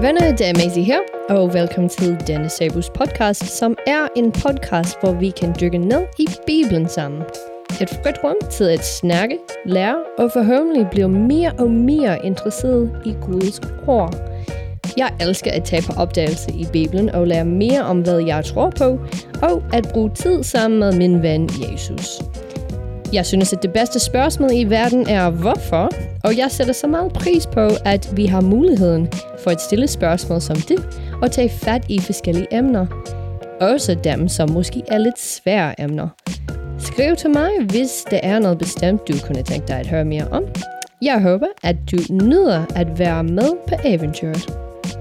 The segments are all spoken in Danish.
venner, det er Maisie her, og velkommen til denne Sabus podcast, som er en podcast, hvor vi kan dykke ned i Bibelen sammen. Et frit rum til at snakke, lære og forhåbentlig blive mere og mere interesseret i Guds ord. Jeg elsker at tage på opdagelse i Bibelen og lære mere om, hvad jeg tror på, og at bruge tid sammen med min ven Jesus. Jeg synes, at det bedste spørgsmål i verden er, hvorfor? Og jeg sætter så meget pris på, at vi har muligheden for at stille spørgsmål som det, og tage fat i forskellige emner. Også dem, som måske er lidt svære emner. Skriv til mig, hvis der er noget bestemt, du kunne tænke dig at høre mere om. Jeg håber, at du nyder at være med på eventyret.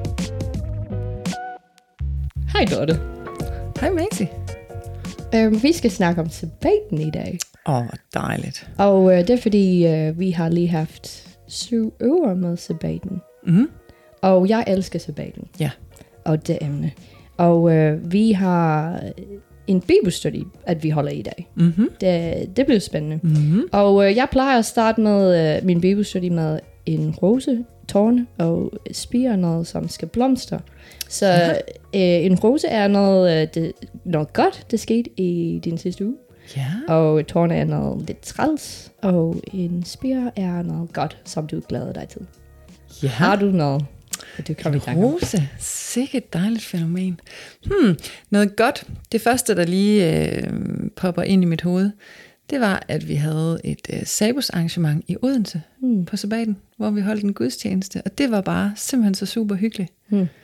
Hej Dorte. Hej Maisie. Vi skal snakke om sabbaten i dag. Hvor dejligt. Og det er fordi, vi har lige haft 7 uger med sabbaten. Mm-hmm. Og jeg elsker sabbaten. Ja. Og det emne. Og vi har en bibelstudie, at vi holder i dag. Mm-hmm. Det bliver spændende. Mm-hmm. Og jeg plejer at starte med min bibelstudie med en rose, tårne og spire, noget som skal blomstre. Så en rose er noget godt, det skete i din sidste uge. Ja. Og tårne er noget lidt træls, og en spire er noget godt, som du glæder dig til. Ja. Har du noget, at du kan en rose, sikkert dejligt fænomen. Noget godt. Det første, der lige popper ind i mit hoved, det var, at vi havde et Sabus arrangement i Odense på sabbaten, hvor vi holdt en gudstjeneste, og det var bare simpelthen så super hyggeligt.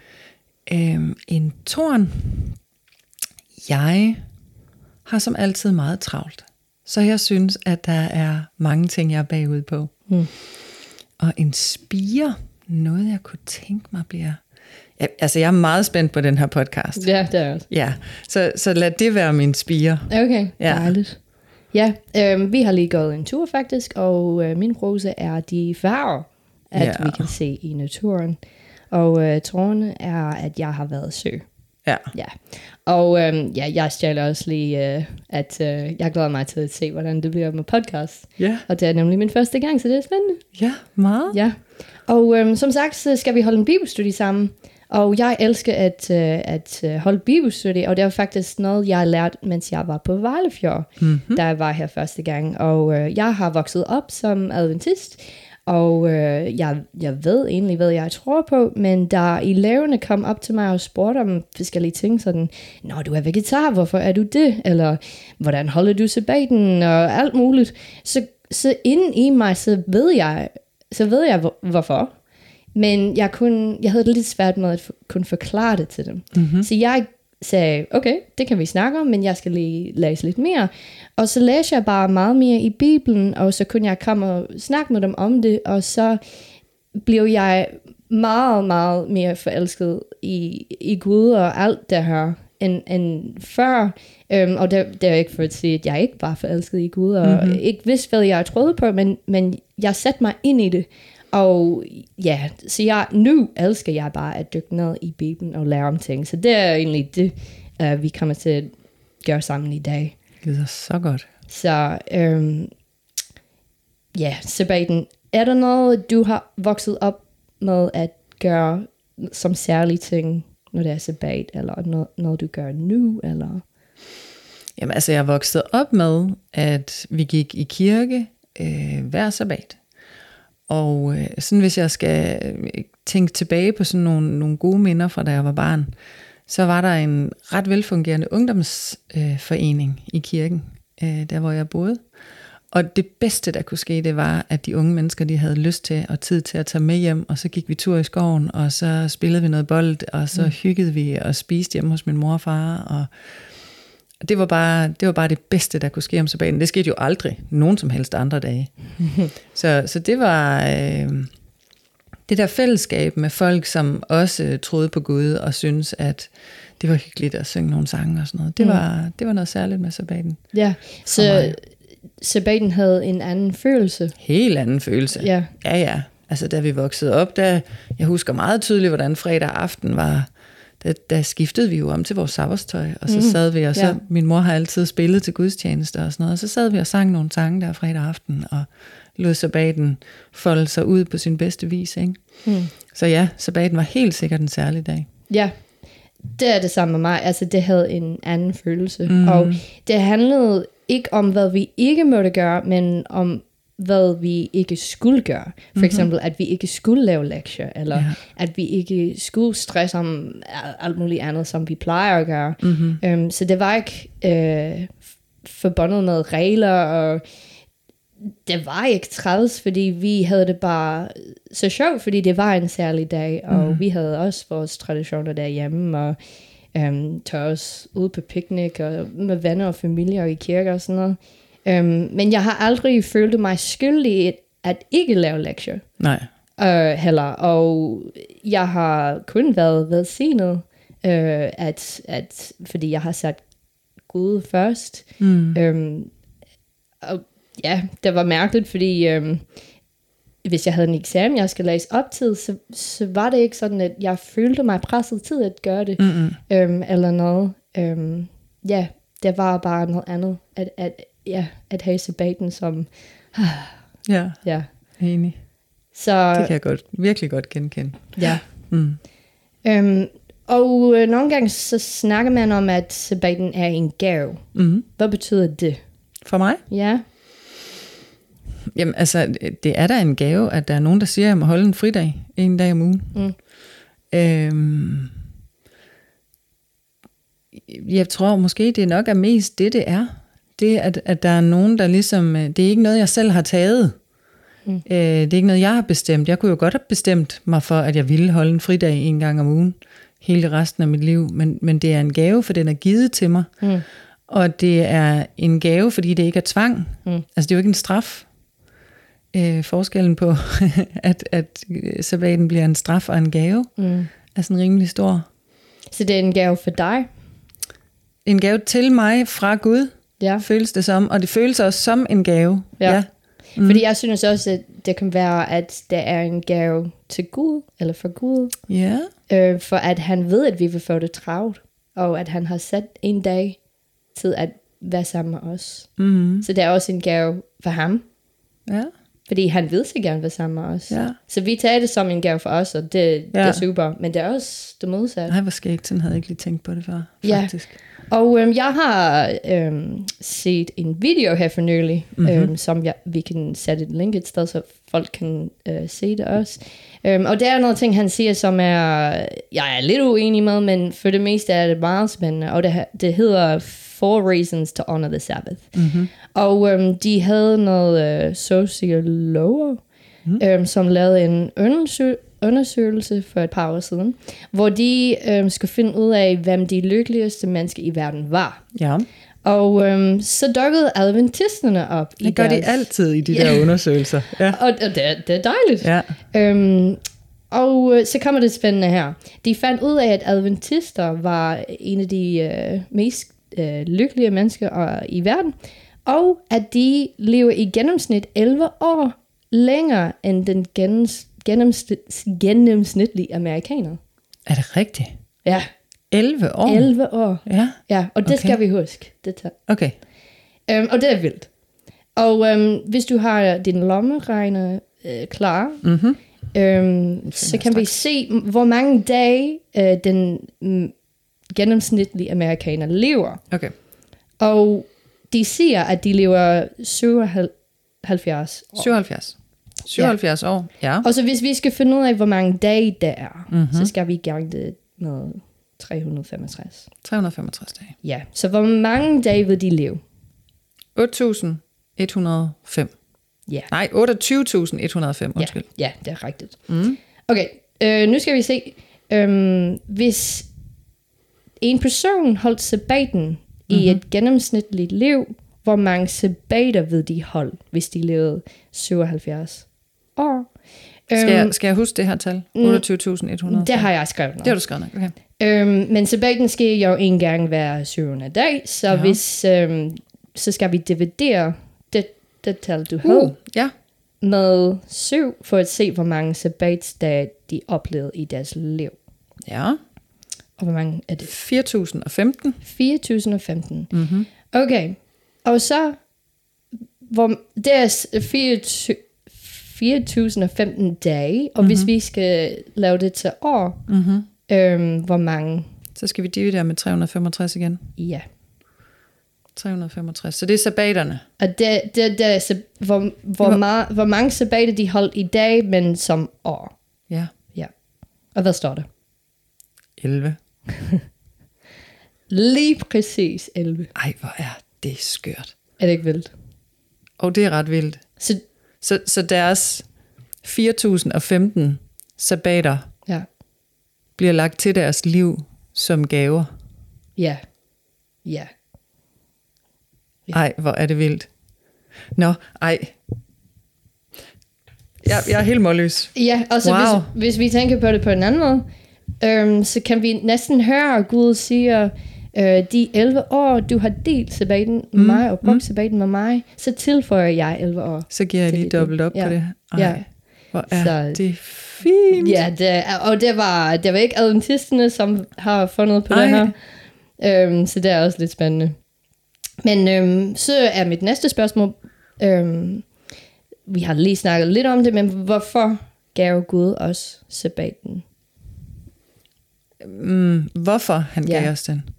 En torn. Jeg har som altid meget travlt. Så jeg synes, at der er mange ting, jeg er bagud på. Og en spire, noget jeg kunne tænke mig bliver... Ja, altså, jeg er meget spændt på den her podcast. Ja, det er også. Ja, så lad det være min spire. Okay, dejligt. Ja, vi har lige gået en tur faktisk, og min rose er de farver, at vi kan se i naturen. Og trådene er, at jeg har været søg. Ja. Og jeg stjæler også lige, at jeg glæder mig til at se, hvordan det bliver med podcast. Ja. Og det er nemlig min første gang, så det er spændende. Ja, meget. Ja. Og som sagt, så skal vi holde en bibelstudie sammen. Og jeg elsker at holde bibelstudie, og det er faktisk noget, jeg har lært, mens jeg var på Vejlefjord, da jeg var her første gang. Og jeg har vokset op som adventist, og jeg ved egentlig, hvad jeg tror på, men da eleverne kom op til mig og spurgte om forskellige ting, sådan, når du er vegetar, hvorfor er du det? Eller, hvordan holder du sabbaten? Og alt muligt. Så inden i mig, så ved jeg hvorfor. Men jeg havde det lidt svært med at kunne forklare det til dem. Mm-hmm. Så jeg sagde, okay, det kan vi snakke om, men jeg skal lige læse lidt mere. Og så læste jeg bare meget mere i Bibelen, og så kunne jeg komme og snakke med dem om det, og så blev jeg meget, meget mere forelsket i Gud og alt det her, end før. Og det er ikke for at sige, at jeg ikke var forelsket i Gud, og ikke vidste, hvad jeg troede på, men jeg satte mig ind i det. Og ja, så nu elsker jeg bare at dykke ned i Bibelen og lære om ting. Så det er egentlig det, vi kommer til at gøre sammen i dag. Det lyder så godt. Så sabbaten. Er der noget, du har vokset op med at gøre som særlige ting, når det er sabbat, eller noget du gør nu, eller? Jamen altså, jeg voksede op med, at vi gik i kirke hver sabbat. Og sådan hvis jeg skal tænke tilbage på sådan nogle gode minder fra da jeg var barn, så var der en ret velfungerende ungdomsforening i kirken, der hvor jeg boede. Og det bedste der kunne ske, det var, at de unge mennesker, de havde lyst til og tid til at tage med hjem, og så gik vi tur i skoven, og så spillede vi noget bold, og så hyggede vi og spiste hjemme hos min mor og far, og det var bare det bedste, der kunne ske om sabbaten. Det skete jo aldrig nogen som helst andre dage. Så det var det der fællesskab med folk, som også troede på Gud og syntes, at det var hyggeligt at synge nogle sange og sådan noget. Det var noget særligt med sabbaten. Ja, så sabbaten havde en anden følelse. Helt anden følelse. Ja. Altså da vi voksede op, jeg husker meget tydeligt, hvordan fredag aften var der skiftede vi jo om til vores sabbatstøj, og så sad vi, og så min mor har altid spillet til gudstjenester og sådan noget, og så sad vi og sang nogle sange der fredag aften, og lod sabbaten folde sig ud på sin bedste vis, ikke? Så ja, sabbaten var helt sikkert en særlig dag. Ja, det er det samme med mig. Altså, det havde en anden følelse. Og det handlede ikke om, hvad vi ikke måtte gøre, men om, hvad vi ikke skulle gøre. For eksempel, at vi ikke skulle lave lektier, eller at vi ikke skulle stresse om alt muligt andet, som vi plejer at gøre. Så det var ikke forbundet med regler, og det var ikke træls, fordi vi havde det bare så sjovt, fordi det var en særlig dag, og vi havde også vores traditioner derhjemme, og tog os ud på picnic, og med venner og familie, og i kirker og sådan noget. Men jeg har aldrig følt mig skyldig at ikke lave lektier. Nej. Heller, og jeg har kun været velsignet, at fordi jeg har sat Gud først. Og ja, det var mærkeligt, fordi hvis jeg havde en eksamen, jeg skal læse op til, så var det ikke sådan, at jeg følte mig presset til at gøre det, eller noget. Ja, det var bare noget andet, at have sabbaten som... ja, enig. Så, det kan jeg virkelig godt genkende. Ja. Og nogle gange så snakker man om, at sabbaten er en gave. Hvad betyder det? For mig? Ja. Jamen altså, det er da en gave, at der er nogen, der siger, at jeg må holde en fridag en dag om ugen. Jeg tror måske, det nok er mest det er. Det, at der er nogen, der ligesom... Det er ikke noget, jeg selv har taget. Det er ikke noget, jeg har bestemt. Jeg kunne jo godt have bestemt mig for, at jeg ville holde en fridag en gang om ugen. Hele resten af mit liv. Men det er en gave, for den er givet til mig. Og det er en gave, fordi det ikke er tvang. Altså, det er jo ikke en straf. Forskellen på, at sabbaten bliver en straf og en gave, er sådan rimelig stor. Så det er en gave for dig? En gave til mig fra Gud, føles det som. Og det føles også som en gave. Ja. Fordi jeg synes også, at det kan være, at det er en gave til Gud, eller for Gud. Ja. For at han ved, at vi vil få det travlt, og at han har sat en dag til at være sammen med os. Så det er også en gave for ham. Ja. Fordi han vil så gerne være sammen med os. Ja. Så vi tager det som en gave for os, og det er super. Men det er også det modsatte. Nej, hvor skægt. Sådan havde jeg ikke lige tænkt på det før, faktisk. Ja. Og jeg har set en video her for nylig, som vi kan sætte et link et sted, så folk kan se det også. Og der er noget ting, han siger, som jeg er lidt uenig med, men for det meste er det meget spændende. Og det hedder 4 Reasons to Honor the Sabbath. Og de havde noget sociologer, som lavede en undersøgelse for et par år siden, hvor de skulle finde ud af, hvem de lykkeligste mennesker i verden var. Ja. Og så dukkede adventisterne op. Det gør de altid i de der undersøgelser. Ja. Og det er dejligt. Ja. Og så kommer det spændende her. De fandt ud af, at adventister var en af de mest lykkelige mennesker i verden, og at de lever i gennemsnit 11 år længere end den gennemsnitlige amerikaner. Er det rigtigt? Ja. 11 år? 11 år. Ja. Ja, og det skal vi huske. Okay. Og det er vildt. Og hvis du har din lommeregner klar, så kan vi se, hvor mange dage den gennemsnitlige amerikaner lever. Okay. Og de siger, at de lever 77 år. 77 år, ja. Og så hvis vi skal finde ud af, hvor mange dage det er, så skal vi gange det med 365. 365 dage. Ja, så hvor mange dage vil de leve? 8.105. Ja. Nej, 28.105, undskyld. Ja, det er rigtigt. Okay, nu skal vi se. Hvis en person holdt sabbaten i et gennemsnitligt liv, hvor mange sabbater vil de holde, hvis de levede 77 år? Skal jeg huske det her tal? 28.100? Det har jeg skrevet nok. Det har du skrevet nok, okay. Men sabbaten sker jo en gang hver 7. dag, så hvis så skal vi dividere det tal, du havde, med 7, for at se, hvor mange sabbatsdage de oplevede i deres liv. Ja. Og hvor mange er det? 4015. 4015. Mm-hmm. Okay. Og så, det er 4015 dage, og hvis vi skal lave det til år, hvor mange? Så skal vi dividere med 365 igen. Ja. 365. Så det er sabbaterne. Og det er hvor mange sabbater de holdt i dag, men som år. Ja. Ja. Og hvad står der? 11. Lige præcis 11. Ej, hvor er det skørt. Er det ikke vildt? Og det er ret vildt. Så deres 4015 sabbater bliver lagt til deres liv som gaver. Ja. Ja. Ej, hvor er det vildt. Nå, ej. Jeg er helt målløs. Ja, og så hvis vi tænker på det på en anden måde, så kan vi næsten høre, at Gud siger, de 11 år, du har delt sabbaten med mig, og brugt sabbaten med mig, så tilføjer jeg 11 år. Så giver jeg lige dobbelt op på det. Ej, hvor er det fint. Ja, og det var ikke adventisterne, som har fundet på det her. Så det er også lidt spændende. Men så er mit næste spørgsmål, vi har lige snakket lidt om det, men hvorfor gav Gud os sabbaten? Hvorfor han gav os den?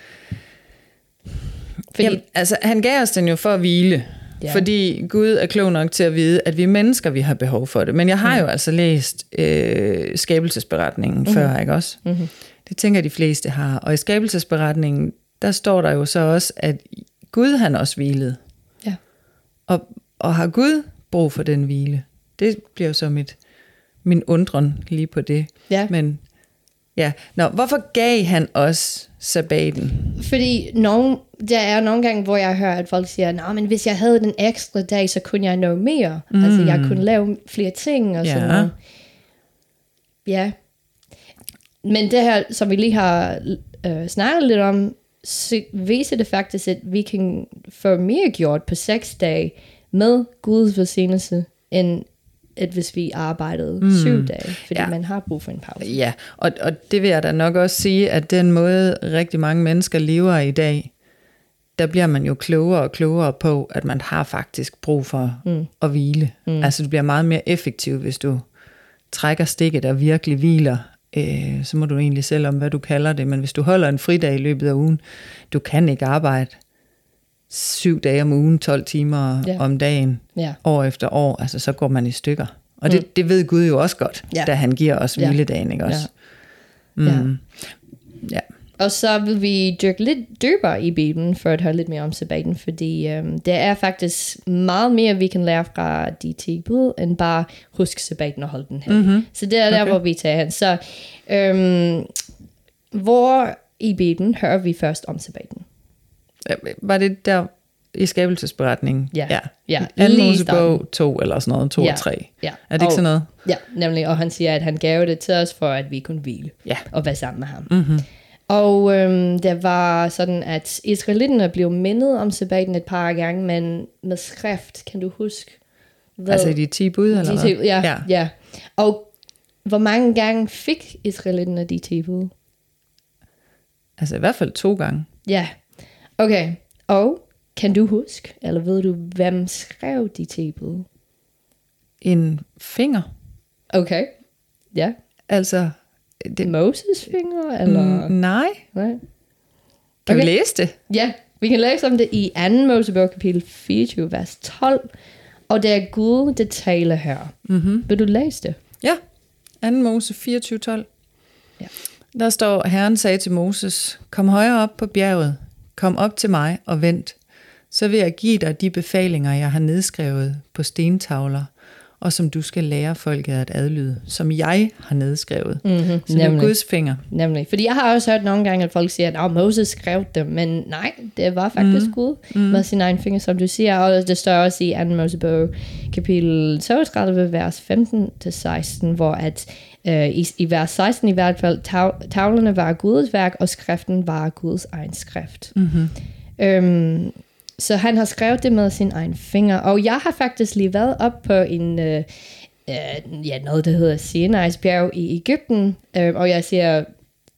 Jamen, altså, han gav os den jo for at hvile. Ja. Fordi Gud er klog nok til at vide, at vi mennesker, vi har behov for det. Men jeg har jo altså læst skabelsesberetningen før, ikke også? Mm-hmm. Det tænker de fleste har. Og i skabelsesberetningen, der står der jo så også, at Gud han også hvilede. Ja. Og har Gud brug for den hvile? Det bliver jo så min undren lige på det. Ja. Men ja, hvorfor gav han os sabbaten? Fordi der er nogle gange, hvor jeg hører, at folk siger, men hvis jeg havde den ekstra dag, så kunne jeg nå mere. Altså, jeg kunne lave flere ting og sådan noget. Ja. Men det her, som vi lige har snakket lidt om, så viser det faktisk, at vi kan få mere gjort på 6 dage med Guds velsignelse, end at hvis vi arbejdede 7 dage, fordi man har brug for en pause. Ja, og det vil jeg da nok også sige, at den måde rigtig mange mennesker lever i dag, der bliver man jo klogere og klogere på, at man har faktisk brug for at hvile. Altså du bliver meget mere effektiv, hvis du trækker stikket og virkelig hviler. Så må du egentlig selv om, hvad du kalder det, men hvis du holder en fridag i løbet af ugen, du kan ikke arbejde 7 dage om ugen, 12 timer om dagen, år efter år, altså så går man i stykker. Og det ved Gud jo også godt, da han giver os hviledagen, ikke også? Ja. Og så vil vi dykke lidt dybere i Bibelen, for at høre lidt mere om sabbaten, fordi der er faktisk meget mere, vi kan lære fra de 10 bud, end bare husk sabbaten og holde den her. Så det er der, hvor vi tager hen. Så hvor i Bibelen hører vi først om sabbaten? Var det der i skabelsesberetningen? Ja. 2. Mosebog 2 eller sådan noget, 2 og 3. Ja. Er det ikke sådan noget? Ja, nemlig. Og han siger, at han gav det til os, for at vi kunne hvile og være sammen med ham. Mm-hmm. Og der var sådan, at israelitterne blev mindet om sabbaten et par gange, men med skrift, kan du huske? Altså i de 10 bud, eller hvad? Ja. Og hvor mange gange fik israelitterne de 10 bud? Altså i hvert fald 2 gange. Ja. Okay, og kan du huske, eller ved du, hvem skrev de 10 bud? En finger. Okay, ja. Altså... Moses finger, eller? Nej. Kan vi læse det? Ja, vi kan læse om det i 2. Mosebog, kapitel 24, vers 12. Og det er Gud, der taler her. Mm-hmm. Vil du læse det? Ja, 2. Mose 24, 12. Ja. Der står, Herren sagde til Moses, kom højere op på bjerget, kom op til mig og vent. Så vil jeg give dig de befalinger, jeg har nedskrevet på stentavler, og som du skal lære folket at adlyde, som jeg har nedskrevet. Mm-hmm. Så det er Guds finger. Nemlig. Fordi jeg har også hørt nogle gange, at folk siger, at Moses skrev dem, men nej, det var faktisk Gud med sin egen finger, som du siger. Og det står også i 2. Mosebog, kapitel 32, vers 15-16, hvor at i vers 16 i hvert fald, tavlerne var Guds værk, og skriften var Guds egen skrift. Mm-hmm. Så han har skrevet det med sin egen finger. Og jeg har faktisk lige været op på en, noget der hedder Sinai's bjerg i Egypten. Og jeg siger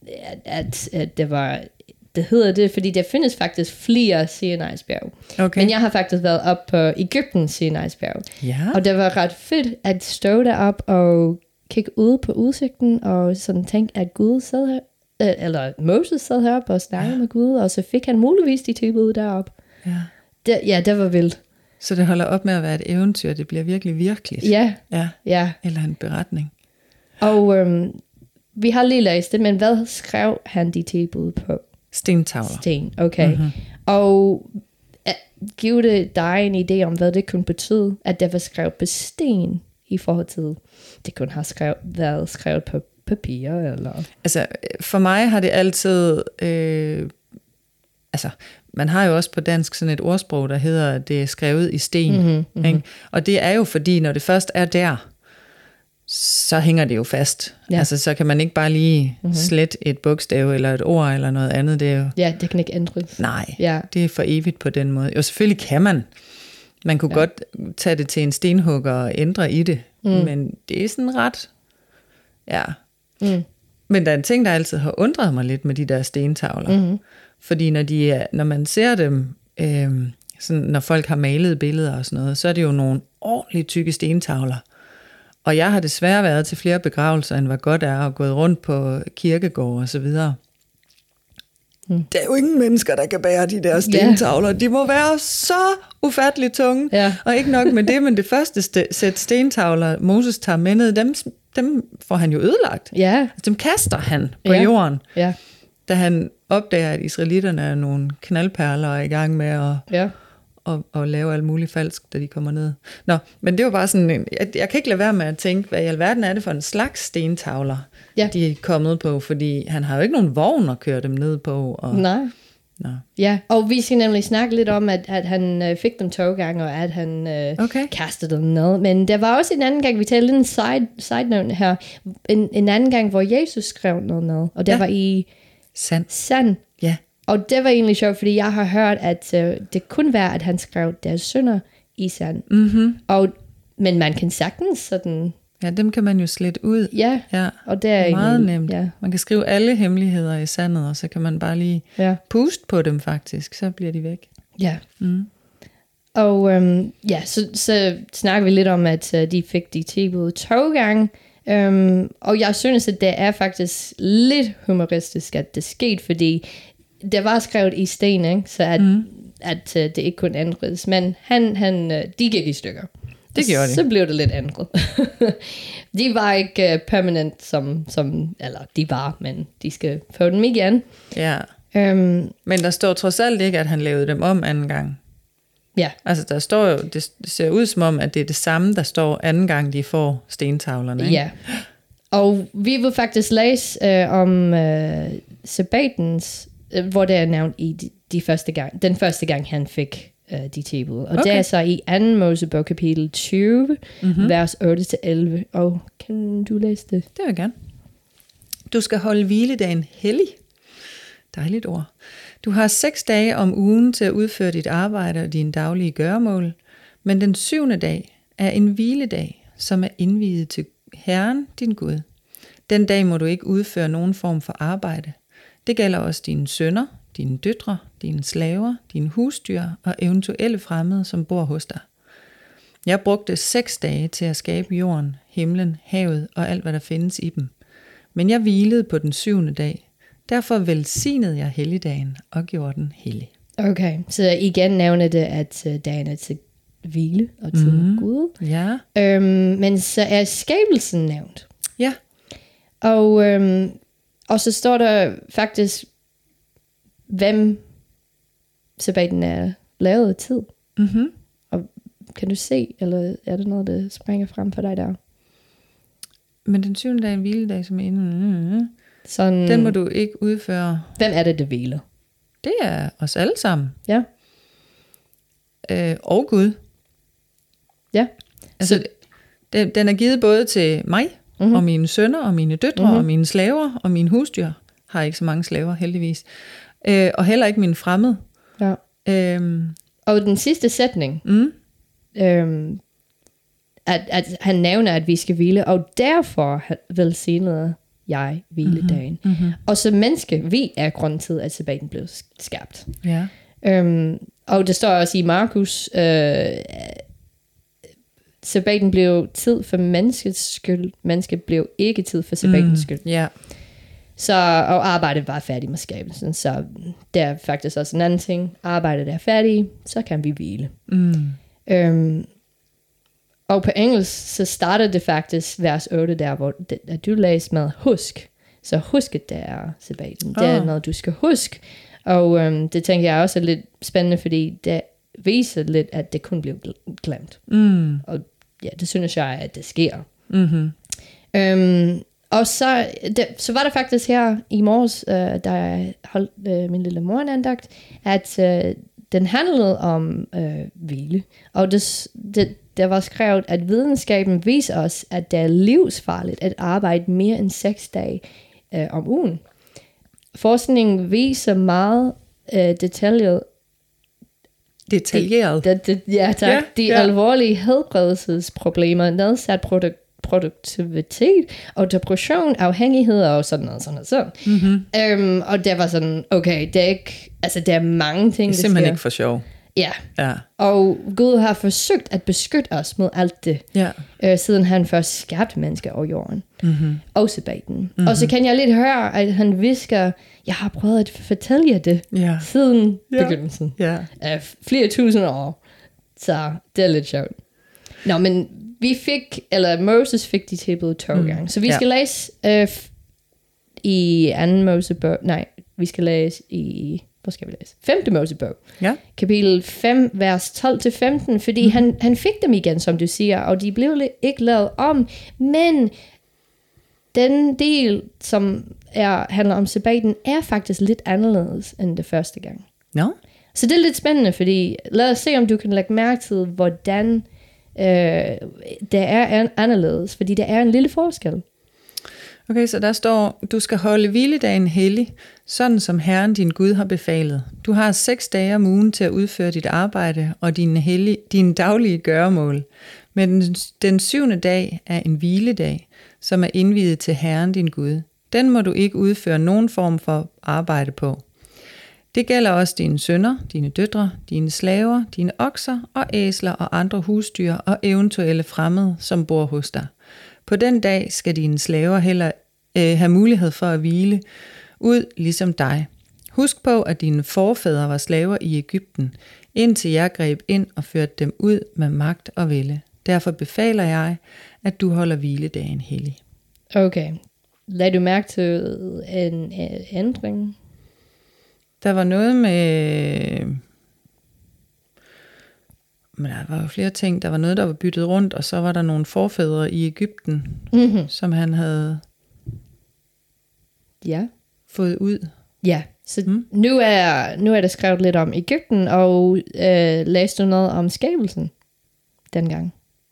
at det hedder det, fordi der findes faktisk flere Sinai-bjerge. Okay. Men jeg har faktisk været op på Egyptens Sinai-bjerg. Ja. Og det var ret fedt at stå derop og kigge ud på udsigten, og sådan tænke, at Gud sad her, eller Moses sad heroppe og snakkede med Gud, og så fik han muligvis de tilbud derop. Ja. Det var vildt. Så det holder op med at være et eventyr, det bliver virkelig virkeligt. Ja. Eller en beretning. Og vi har lige læst det, men hvad skrev han de tilbud på? Stentavler. Sten, okay. Mm-hmm. Og giver det dig en idé om, hvad det kunne betyde, at det var skrevet på sten i forhold til, det kunne have været skrevet på papir, eller? Altså, for mig har det altid, man har jo også på dansk sådan et ordsprog, der hedder, at det er skrevet i sten. Ikke? Og det er jo fordi, når det først er der, så hænger det jo fast. Ja. Altså, så kan man ikke bare lige slette et bogstav, eller et ord, eller noget andet. Det er jo, det kan ikke ændres. Nej, det er for evigt på den måde. Jo, selvfølgelig kan man. Man kunne godt tage det til en stenhugger og ændre i det, men det er sådan ret, Men der er en ting, der altid har undret mig lidt med de der stentavler. Fordi når man ser dem, sådan, når folk har malet billeder og sådan noget, så er det jo nogle ordentligt tykke stentavler. Og jeg har desværre været til flere begravelser, end hvad godt er, og gået rundt på kirkegård og så videre. Der er jo ingen mennesker, der kan bære de der stentavler. De må være så ufatteligt tunge. Og ikke nok med det, men det første sæt stentavler, Moses tager med ned, dem får han jo ødelagt. Altså, dem kaster han på jorden. Da han opdager, at israelitterne er nogle knaldperler og er i gang med at lave alt muligt falsk, da de kommer ned. Nå, men det var bare sådan, jeg kan ikke lade være med at tænke, hvad i alverden er det for en slags stentavler, de er kommet på, fordi han har jo ikke nogen vogn at køre dem ned på. Og, Nej. Ja, og vi skal nemlig snakke lidt om, at han fik dem 2 gange, og at han kastede dem ned. Men der var også en anden gang, vi talte en side note her, en anden gang, hvor Jesus skrev noget ned, og det var i sand. Ja. Og det var egentlig sjovt, fordi jeg har hørt, at det kunne være, at han skrev deres synder i sand. Men man kan sagtens sådan... Ja, dem kan man jo slette ud. Ja. Og det er meget egentlig, nemt. Man kan skrive alle hemmeligheder i sandet, og så kan man bare lige puste på dem faktisk, så bliver de væk. Ja. Og så snakker vi lidt om, at de fik de tilbud 2 gange. Og jeg synes, at det er faktisk lidt humoristisk, at det skete, fordi det var skrevet i sten, ikke? Så at det ikke kunne ændres. Men de gik i stykker. Det gjorde de. Så blev det lidt ændret. De var ikke permanent, eller de var, men de skal få dem igen. Ja. Men der står trods alt ikke, at han lavede dem om anden gang. Ja. Altså der står jo, det ser ud som om, at det er det samme, der står anden gang, de får stentavlerne. Ikke? Ja. Og vi vil faktisk læse om sabbatens, hvor det er nævnt i den første gang, han fik de tilbud. Og det er så i 2. Mosebog kapitel 20, vers 8-11. Og kan du læse det? Det vil jeg gerne. Du skal holde hviledagen hellig. Dejligt ord. Du har 6 dage om ugen til at udføre dit arbejde og dine daglige gøremål, men den 7. dag er en hviledag, som er indviet til Herren, din Gud. Den dag må du ikke udføre nogen form for arbejde. Det gælder også dine sønner, dine døtre, dine slaver, dine husdyr og eventuelle fremmede, som bor hos dig. Jeg brugte 6 dage til at skabe jorden, himlen, havet og alt, hvad der findes i dem. Men jeg hvilede på den 7. dag. Derfor velsignede jeg helligdagen og gjorde den hellig. Okay, så igen nævner det, at dagen er til hvile og til Gud. Ja. Men så er skabelsen nævnt. Ja. Og så står der faktisk, hvem sabbaten er lavet af tid. Og kan du se, eller er det noget, der springer frem for dig der? Men den 7. dag er en hviledag, som er sådan, den må du ikke udføre. Hvem er det, der hviler? Det er os alle sammen. Ja. Og Gud. Ja. Altså, den er givet både til mig, og mine sønner, og mine døtre, og mine slaver, og mine husdyr. Har ikke så mange slaver, heldigvis. Og heller ikke mine fremmede. Ja. Og den sidste sætning, at han nævner, at vi skal hvile, og derfor velsignede jeg hviledagen. Mm-hmm. Og som menneske, vi er grunden til, at sabbaten blev skabt. Ja. Og det står også i Markus, sabbaten blev tid for menneskets skyld. Mennesket blev ikke tid for sabbatens skyld. Ja. Så, og arbejdet var færdigt med skabelsen. Så det er faktisk også en anden ting. Arbejdet er færdigt, så kan vi hvile. Og på engelsk, så starter det faktisk vers 8 der, hvor du læser med husk. Så husket, det er sabbaten. Det er noget, du skal huske. Og det tænker jeg også er lidt spændende, fordi det viser lidt, at det kun blev glemt. Og ja, det synes jeg, at det sker. Og så var det faktisk her i morges, da jeg holdt min lille morgenandagt, at den handlede om hvile. Og der var skrevet, at videnskaben viser os, at det er livsfarligt at arbejde mere end 6 dage om ugen. Forskningen viser meget detaljeret. De alvorlige helbredelsesproblemer, nedsat produktivitet og depression, afhængighed og sådan noget. Og det var sådan, okay, det er ikke, altså der er mange ting, det er simpelthen ikke for sjov. Ja. Og Gud har forsøgt at beskytte os mod alt det, siden han først skabte mennesker over jorden, og sabbaten. Og så kan jeg lidt høre, at han visker, jeg har prøvet at fortælle jer det, siden begyndelsen. Flere tusind år. Så det er lidt sjovt. Nå, men Moses fik de tilbud 2 gange. Så vi skal læse i 2. Mosebog. Nej, vi skal læse i... Hvor skal vi læse? 5. Mosebog. Kapitel 5, vers 12-15. Fordi han fik dem igen, som du siger. Og de blev ikke lavet om. Men den del, som handler om sabbaten, er faktisk lidt anderledes end det første gang. Så det er lidt spændende, fordi lad os se, om du kan lægge mærke til, hvordan det er anderledes, fordi der er en lille forskel. Okay, så der står, du skal holde hviledagen hellig, sådan som Herren din Gud har befalet. Du har 6 dage om ugen til at udføre dit arbejde og dine daglige gøremål. Men den 7. dag er en hviledag, som er indviet til Herren din Gud. Den må du ikke udføre nogen form for arbejde på. Det gælder også dine sønner, dine døtre, dine slaver, dine okser og æsler og andre husdyr og eventuelle fremmede, som bor hos dig. På den dag skal dine slaver heller have mulighed for at hvile ud ligesom dig. Husk på, at dine forfædre var slaver i Egypten, indtil jeg greb ind og førte dem ud med magt og vælde. Derfor befaler jeg, at du holder hviledagen hellig. Okay. Lad du mærke til en ændring? Der var noget med... Men der var jo flere ting. Der var noget, der var byttet rundt, og så var der nogle forfædre i Egypten, som han havde fået ud. Ja, så nu er der skrevet lidt om Egypten, og læste du noget om skabelsen denne gang?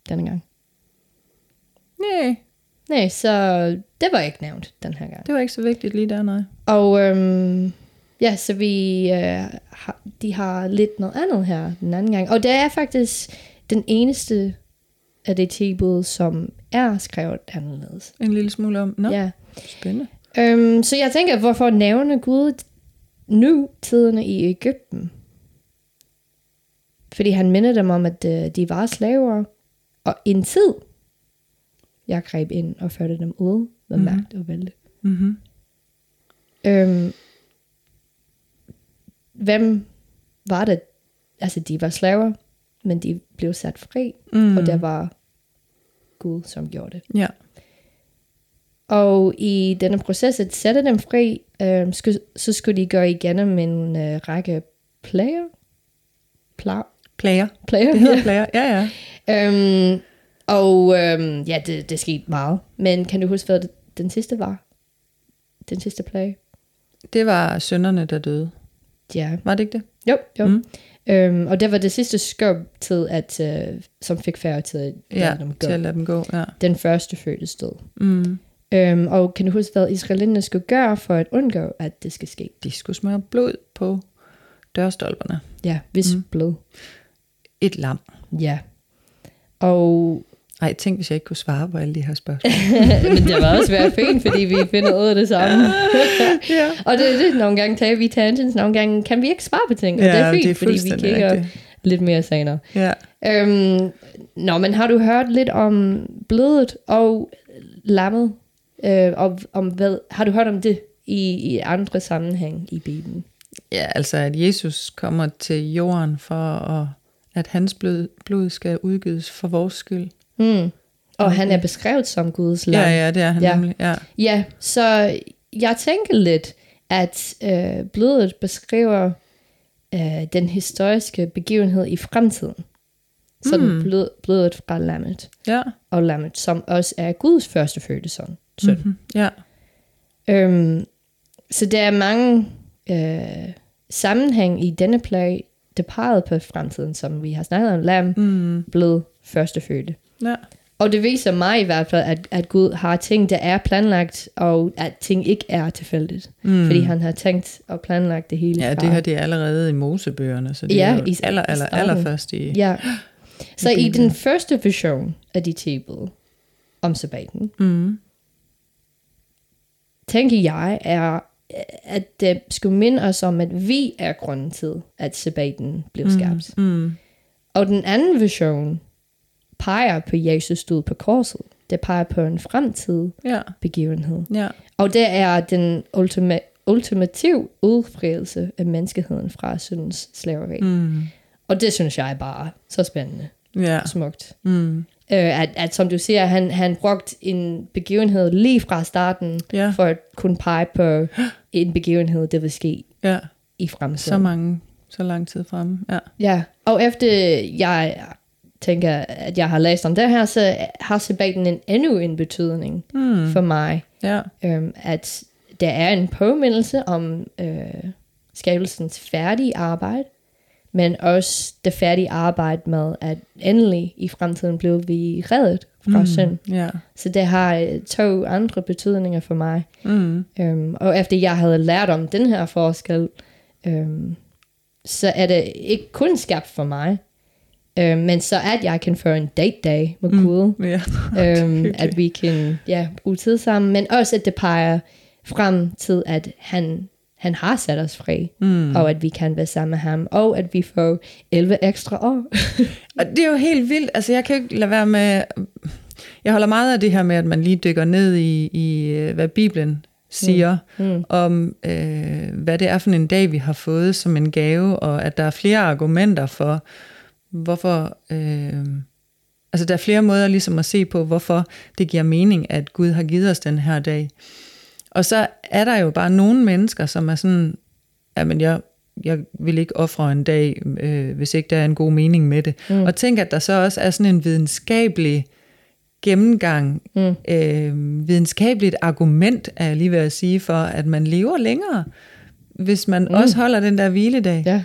Nej, så det var ikke nævnt den her gang. Det var ikke så vigtigt lige der, nej. Og så de har lidt noget andet her den anden gang. Og det er faktisk den eneste af det tilbud, som er skrevet anderledes. En lille smule om. Ja. Spændende. Så jeg tænker, hvorfor nævner Gud nu tiderne i Egypten? Fordi han minder dem om, at de var slaver. Og en tid, jeg greb ind og førte dem ud med magt og vælde. Hvem var det? Altså, de var slaver, men de blev sat fri, og det var Gud, som gjorde det. Ja. Og i denne proces at sætte dem fri, så skulle de gå igennem en række plager. Plager. Det hedder plager, ja. Det skete meget. Men kan du huske, hvad den sidste var? Den sidste plage? Det var sønnerne, der døde. Ja. Var det ikke det? Jo. Og det var det sidste skub til, som fik færre til at lade dem gå. Ja. Den første fødtes død. Og kan du huske, hvad israelitterne skulle gøre for at undgå, at det skal ske? De skulle smøre blod på dørstolperne. Ja, blod. Et lam. Ja. Og Ej, tænk, hvis jeg ikke kunne svare på alle de her spørgsmål. Men det var også være fint, fordi vi finder ud af det samme. Ja. Og det er det, nogle gange tager vi tangents, nogle gange kan vi ikke svare på ting. Og det er fint, det er fordi vi kigger rigtigt. Lidt mere senere. Ja. Men har du hørt lidt om blodet og lammet? Har du hørt om det i andre sammenhæng i Bibelen? Ja, altså at Jesus kommer til jorden for at hans blod skal udgives for vores skyld. Og han er beskrevet som Guds lam. Ja, det er han nemlig. Ja, så jeg tænker lidt, at blodet beskriver den historiske begivenhed i fremtiden. Sådan blodet fra lammet. Ja. Og lammet, som også er Guds førstefødte søn. Ja. Så der er mange sammenhæng i denne plage, det pegede på fremtiden, som vi har snakket om, lam, blod, førstefødte. Ja. Og det viser mig i hvert fald, at Gud har ting, der er planlagt, og at ting ikke er tilfældigt. Fordi han har tænkt og planlagt det hele. Ja, det har de allerede i Mosebøgerne, så det er jo allerførst i... Ja. Så i den første version af de 10 bud om sabbaten, tænker jeg, er, at det skulle minde os om, at vi er grunden til, at sabbaten blev skabt. Og den anden version peger på Jesus død på korset. Det peger på en fremtidig begivenhed. Ja. Og det er den ultimative udfrielse af menneskeheden fra syndens slaveri. Og det synes jeg er bare så spændende og smukt. At som du siger, han brugte en begivenhed lige fra starten for at kunne pege på en begivenhed, der vil ske i fremtiden. Så lang tid fremme. Ja, og efter jeg tænker, at jeg har læst om det her, så har sabbaten endnu en betydning for mig. Ja. At der er en påmindelse om skabelsens færdige arbejde, men også det færdige arbejde med, at endelig i fremtiden blev vi reddet fra synd. Yeah. Så det har 2 andre betydninger for mig. Og efter jeg havde lært om den her forskel, så er det ikke kun skabt for mig, men så at jeg kan få en date day med Gud, at vi kan bruge tid sammen, men også at det peger frem til, at han har sat os fri, og at vi kan være sammen med ham, og at vi får 11 ekstra år. Og det er jo helt vildt. Altså jeg kan ikke lade være med... Jeg holder meget af det her med, at man lige dykker ned i hvad Bibelen siger, om hvad det er for en dag, vi har fået som en gave, og at der er flere argumenter for, hvorfor... altså der er flere måder ligesom at se på, hvorfor det giver mening, at Gud har givet os den her dag. Og så er der jo bare nogle mennesker, som er sådan, jamen jeg vil ikke ofre en dag, hvis ikke der er en god mening med det. Og tænk, at der så også er sådan en videnskabelig gennemgang, videnskabeligt argument, er jeg lige ved at sige, for at man lever længere, hvis man også holder den der hviledag. Ja.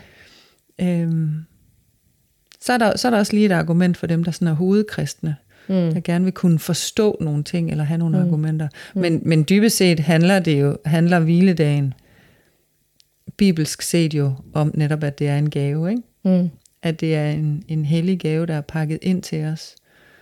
Så er der også lige et argument for dem, der sådan er hovedkristne, der gerne vil kunne forstå nogle ting, eller have nogle argumenter. Men dybest set handler hviledagen, bibelsk set jo, om netop, at det er en gave, ikke? At det er en hellig gave, der er pakket ind til os.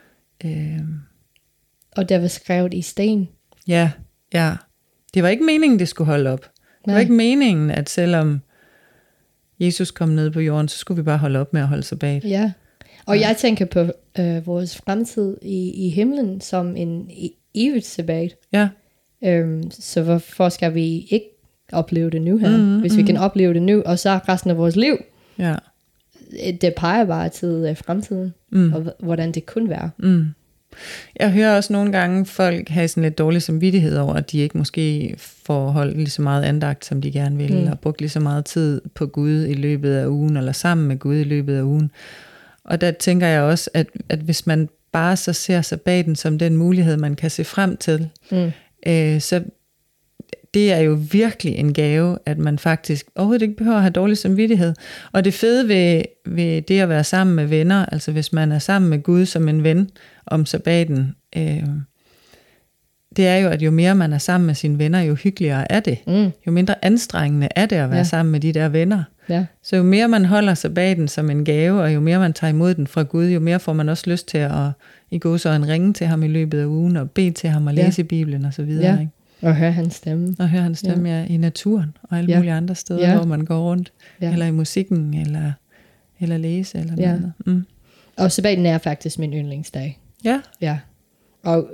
Og der var skrevet i sten. Ja. Det var ikke meningen, det skulle holde op. Det var ikke meningen, at selvom Jesus kom ned på jorden, så skulle vi bare holde op med at holde sabbat. Ja. Og jeg tænker på vores fremtid i himlen som en evigt sabbat. Ja. Så hvorfor skal vi ikke opleve det nu her? Hvis vi kan opleve det nu, og så resten af vores liv. Ja. Det peger bare til fremtiden, og hvordan det kunne være. Jeg hører også nogle gange folk have sådan lidt dårlig samvittighed over, at de ikke måske får holdt lige så meget andagt, som de gerne vil, eller brugt lige så meget tid på Gud i løbet af ugen, eller sammen med Gud i løbet af ugen. Og der tænker jeg også, at hvis man bare så ser sabbaten som den mulighed, man kan se frem til, så det er jo virkelig en gave, at man faktisk overhovedet ikke behøver at have dårlig samvittighed. Og det fede ved det at være sammen med venner, altså hvis man er sammen med Gud som en ven om sabbaten, det er jo, at jo mere man er sammen med sine venner, jo hyggeligere er det. Jo mindre anstrengende er det at være sammen med de der venner. Ja. Så jo mere man holder sabbaten som en gave, og jo mere man tager imod den fra Gud, jo mere får man også lyst til at i gåseøjne ringe til ham i løbet af ugen, og bede til ham og læse i Bibelen og så videre. Ja. Ikke? Og høre hans stemme. Og høre hans stemme i naturen, og alle mulige andre steder, hvor man går rundt. Ja. Eller i musikken, eller læse, eller noget andet. Mm. Og sabbaten er faktisk min yndlingsdag. Ja. Ja. Og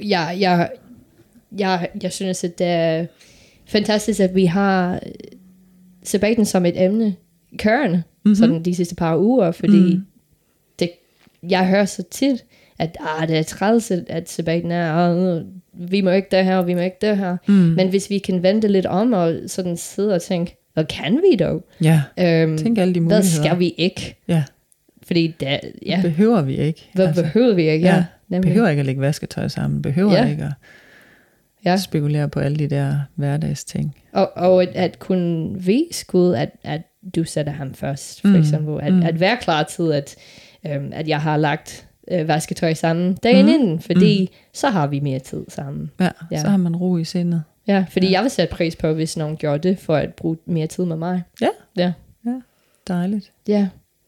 jeg synes, at det er fantastisk, at vi har sabbaten som et emne kørende, sådan de sidste par uger, fordi jeg hører så tit, at det er træls, at sabbaten er, vi må ikke det her, og vi må ikke det her. Men hvis vi kan vente lidt om, og sådan sidde og tænke, hvad kan vi dog? Ja, tænk alle de muligheder. Hvad skal vi ikke? Ja. Fordi behøver vi ikke. Hvad behøver vi ikke? Ja. Behøver ikke at lægge vasketøj sammen. Behøver ikke at spekulere på alle de der hverdagsting. Og at kunne vise Gud, at du sætter ham først, for eksempel. At være klar til, at jeg har lagt vasketøj sammen dagen inden, fordi så har vi mere tid sammen. Ja, så har man ro i sindet. Ja, fordi jeg vil sætte pris på, hvis nogen gjorde det, for at bruge mere tid med mig. Ja, dejligt. Ja.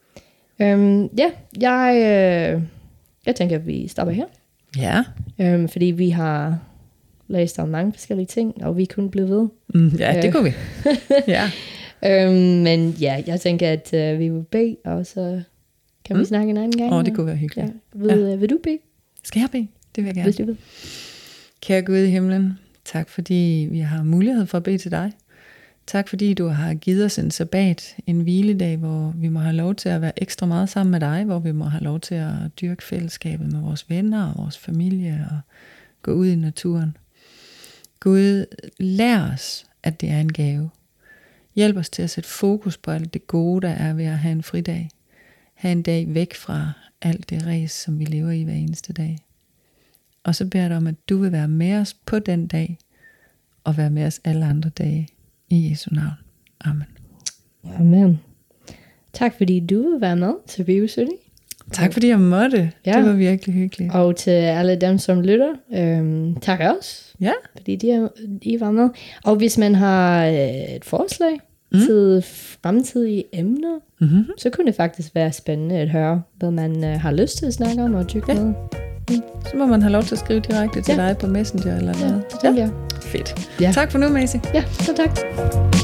Jeg tænker, at vi stopper her. Ja. Fordi vi har læst om mange forskellige ting, og vi kunne blive ved. Ja, det kunne vi. Ja. Men ja, jeg tænker, at vi vil bede, og så kan vi snakke en anden gang. Det kunne være hyggeligt. Ja. Vil du bede? Skal jeg bede? Det vil jeg gerne. Hvis du vil. Kære Gud i himlen, tak fordi vi har mulighed for at bede til dig. Tak fordi du har givet os en sabbat, en hviledag, hvor vi må have lov til at være ekstra meget sammen med dig, hvor vi må have lov til at dyrke fællesskabet med vores venner og vores familie og gå ud i naturen. Gud, lær os, at det er en gave. Hjælp os til at sætte fokus på alt det gode, der er ved at have en fridag. Ha' en dag væk fra alt det ræs, som vi lever i hver eneste dag. Og så beder jeg dig om, at du vil være med os på den dag, og være med os alle andre dage. I Jesu navn. Amen. Amen. Tak fordi du vil være med til Bibelstudy. Tak fordi jeg måtte. Ja. Det var virkelig hyggeligt. Og til alle dem, som lytter. Tak også. Ja. Fordi I var med. Og hvis man har et forslag til fremtidige emner, så kunne det faktisk være spændende at høre, hvad man har lyst til at snakke om og tykke med. Så må man have lov til at skrive direkte til dig på Messenger eller noget. Det tænker jeg. Fedt. Ja. Tak for nu, Maisie. Ja, så tak.